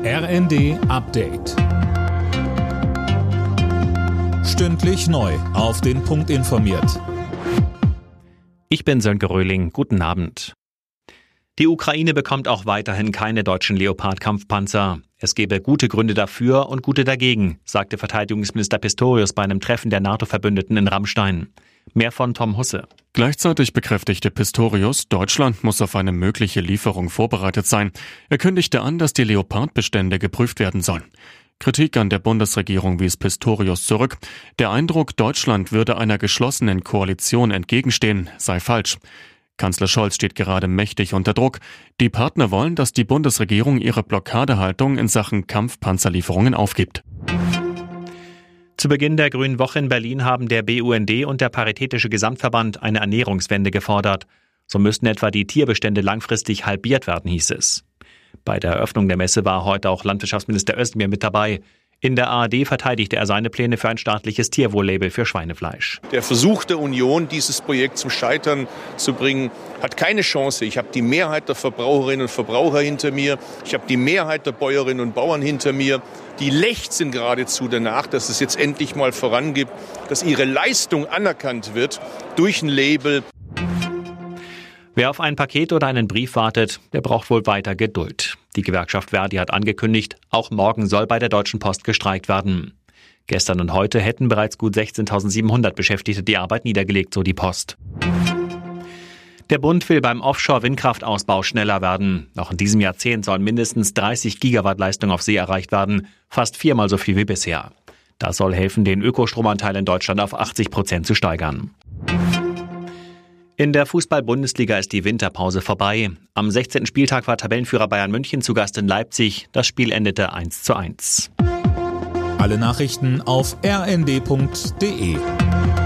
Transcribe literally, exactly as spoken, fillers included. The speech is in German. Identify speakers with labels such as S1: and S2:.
S1: R N D Update. Stündlich neu auf den Punkt informiert.
S2: Ich bin Sönke Röhling. Guten Abend. Die Ukraine bekommt auch weiterhin keine deutschen Leopard-Kampfpanzer. Es gebe gute Gründe dafür und gute dagegen, sagte Verteidigungsminister Pistorius bei einem Treffen der NATO-Verbündeten in Ramstein. Mehr von Tom Husse.
S3: Gleichzeitig bekräftigte Pistorius, Deutschland muss auf eine mögliche Lieferung vorbereitet sein. Er kündigte an, dass die Leopard-Bestände geprüft werden sollen. Kritik an der Bundesregierung wies Pistorius zurück. Der Eindruck, Deutschland würde einer geschlossenen Koalition entgegenstehen, sei falsch. Kanzler Scholz steht gerade mächtig unter Druck. Die Partner wollen, dass die Bundesregierung ihre Blockadehaltung in Sachen Kampfpanzerlieferungen aufgibt.
S2: Zu Beginn der Grünen Woche in Berlin haben der B U N D und der Paritätische Gesamtverband eine Ernährungswende gefordert. So müssten etwa die Tierbestände langfristig halbiert werden, hieß es. Bei der Eröffnung der Messe war heute auch Landwirtschaftsminister Özdemir mit dabei. In der A R D verteidigte er seine Pläne für ein staatliches Tierwohl-Label für Schweinefleisch.
S4: Der Versuch der Union, dieses Projekt zum Scheitern zu bringen, hat keine Chance. Ich habe die Mehrheit der Verbraucherinnen und Verbraucher hinter mir. Ich habe die Mehrheit der Bäuerinnen und Bauern hinter mir. Die lechzen geradezu danach, dass es jetzt endlich mal vorangeht, dass ihre Leistung anerkannt wird durch ein Label.
S2: Wer auf ein Paket oder einen Brief wartet, der braucht wohl weiter Geduld. Die Gewerkschaft Verdi hat angekündigt, auch morgen soll bei der Deutschen Post gestreikt werden. Gestern und heute hätten bereits gut sechzehntausendsiebenhundert Beschäftigte die Arbeit niedergelegt, so die Post. Der Bund will beim Offshore-Windkraftausbau schneller werden. Noch in diesem Jahrzehnt sollen mindestens dreißig Gigawatt Leistung auf See erreicht werden, fast viermal so viel wie bisher. Das soll helfen, den Ökostromanteil in Deutschland auf achtzig Prozent zu steigern. In der Fußball-Bundesliga ist die Winterpause vorbei. Am sechzehnten Spieltag war Tabellenführer Bayern München zu Gast in Leipzig. Das Spiel endete eins zu eins.
S1: Alle Nachrichten auf r n d punkt d e.